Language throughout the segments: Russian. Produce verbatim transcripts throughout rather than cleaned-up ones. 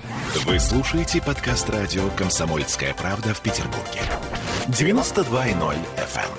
Вы слушаете подкаст радио «Комсомольская правда» в Петербурге. девяносто два и ноль эф эм.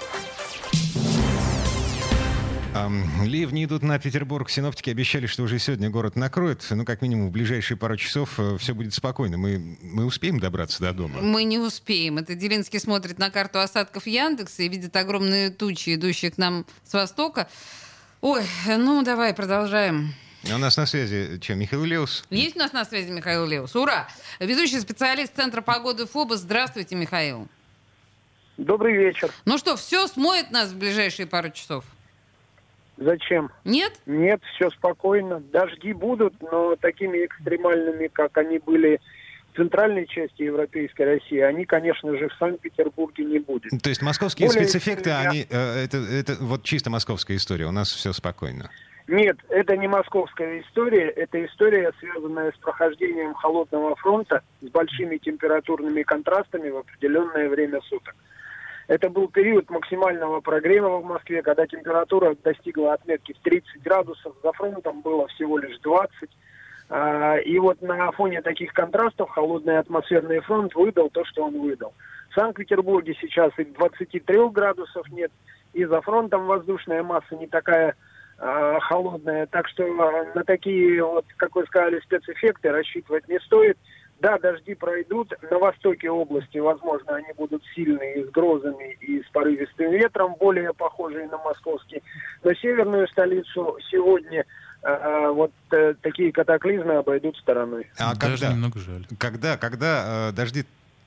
Ливни идут на Петербург. Синоптики обещали, что уже сегодня город накроет. Ну, как минимум, в ближайшие пару часов все будет спокойно. Мы, мы успеем добраться до дома? Мы не успеем. Это Делинский смотрит на карту осадков Яндекса и видит огромные тучи, идущие к нам с востока. Ой, ну давай, продолжаем. У нас на связи, чем, Михаил Леус? Есть у нас на связи Михаил Леус. Ура! Ведущий специалист Центра погоды ФОБОС. Здравствуйте, Михаил. Добрый вечер. Ну что, все смоет нас в ближайшие пару часов? Зачем? Нет? Нет, все спокойно. Дожди будут, но такими экстремальными, как они были в центральной части Европейской России, они, конечно же, в Санкт-Петербурге не будут. То есть московские Более спецэффекты, сильно... они, э, это, это вот чисто московская история, у нас все спокойно. Нет, это не московская история, это история, связанная с прохождением холодного фронта с большими температурными контрастами в определенное время суток. Это был период максимального прогрева в Москве, когда температура достигла отметки в тридцать градусов, за фронтом было всего лишь двадцать. И вот на фоне таких контрастов холодный атмосферный фронт выдал то, что он выдал. В Санкт-Петербурге сейчас и двадцати трёх градусов нет, и за фронтом воздушная масса не такая э, холодная. Так что на такие, вот, как вы сказали, спецэффекты рассчитывать не стоит. Да, дожди пройдут. На востоке области, возможно, они будут сильные, с грозами и с порывистым ветром, более похожие на московский. Но северную столицу сегодня э, вот э, такие катаклизмы обойдут стороной. А Даже когда? немного жаль. Когда, когда э, дожди...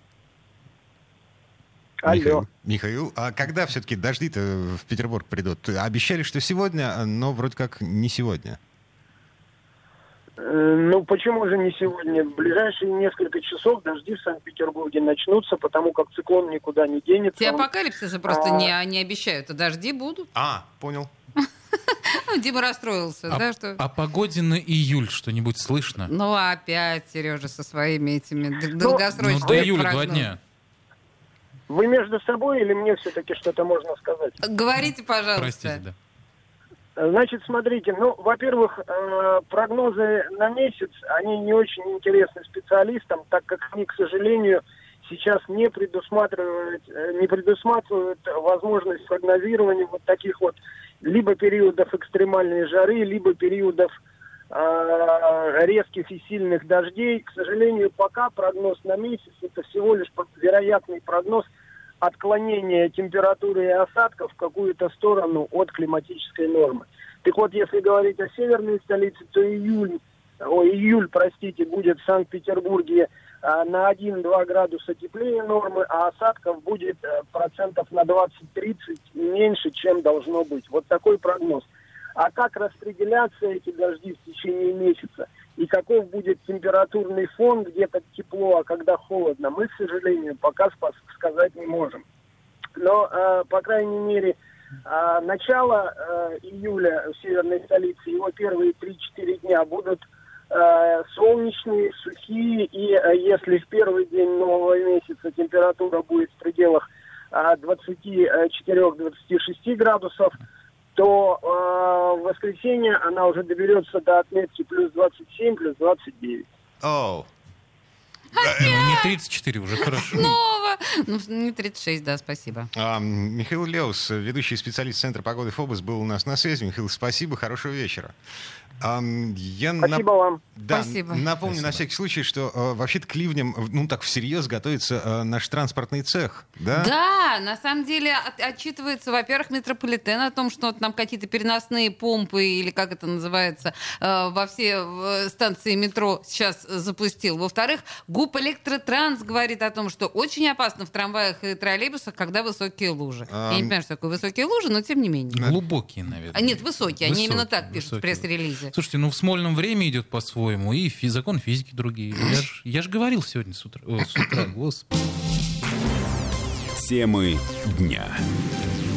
Алло. Михаил, Михаил, а когда все-таки дожди-то в Петербург придут? Обещали, что сегодня, но вроде как не сегодня. Ну, почему же не сегодня? В ближайшие несколько часов дожди в Санкт-Петербурге начнутся, потому как циклон никуда не денется. Те Он... апокалипсисы просто а... не, не обещают, а дожди будут. А, понял. Дима расстроился, А, да? Что... о погоде на июль что-нибудь слышно? Ну, опять Сережа со своими этими долгосрочными Ну, до июля прогнозами. два дня. Вы между собой или мне все-таки что-то можно сказать? Говорите, пожалуйста. Простите, да. Значит, смотрите, ну, во-первых, э, прогнозы на месяц, они не очень интересны специалистам, так как они, к сожалению, сейчас не предусматривают, э, не предусматривают возможность прогнозирования вот таких вот либо периодов экстремальной жары, либо периодов э, резких и сильных дождей. К сожалению, пока прогноз на месяц — это всего лишь вероятный прогноз отклонение температуры и осадков в какую-то сторону от климатической нормы. Так вот, если говорить о северной столице, то июль, о, июль, простите, будет в Санкт-Петербурге а, на один-два градуса теплее нормы, а осадков будет а, процентов на двадцать-тридцать меньше, чем должно быть. Вот такой прогноз. А как распределяться эти дожди в течение месяца? И каков будет температурный фон, где-то тепло, а когда холодно, мы, к сожалению, пока сказать не можем. Но, э, по крайней мере, э, начало э, июля в северной столице, его первые три-четыре дня будут э, солнечные, сухие, и э, если в первый день нового месяца температура будет в пределах э, двадцать четыре - двадцать шесть градусов, то э, в воскресенье она уже доберется до отметки плюс двадцать семь, плюс двадцать девять. Оу. Ну, не тридцать четыре, уже хорошо. Снова! Ну, не тридцать шесть, да, спасибо. А, Михаил Леус, ведущий специалист Центра погоды ФОБОС, был у нас на связи. Михаил, спасибо, хорошего вечера. А, я Спасибо нап... вам. Да, Спасибо. напомню Спасибо. на всякий случай, что э, вообще-то к ливням, ну так всерьез готовится э, наш транспортный цех, да? Да, на самом деле от- отчитывается, во-первых, метрополитен о том, что вот нам какие-то переносные помпы, или как это называется, э, во все э, станции метро сейчас запустил. Во-вторых, ГУП Электротранс говорит о том, что очень опасно в трамваях и троллейбусах, когда высокие лужи. А, Я не понимаю, что такое высокие лужи, но тем не менее. Глубокие, наверное. А нет, высокие, они именно Высокие, так пишут в высокие. пресс-релизе. Слушайте, ну в Смольном время идет по-своему, и фи- закон физики другие. Я ж, я ж говорил сегодня с утра. О, с утра, господи. Темы дня.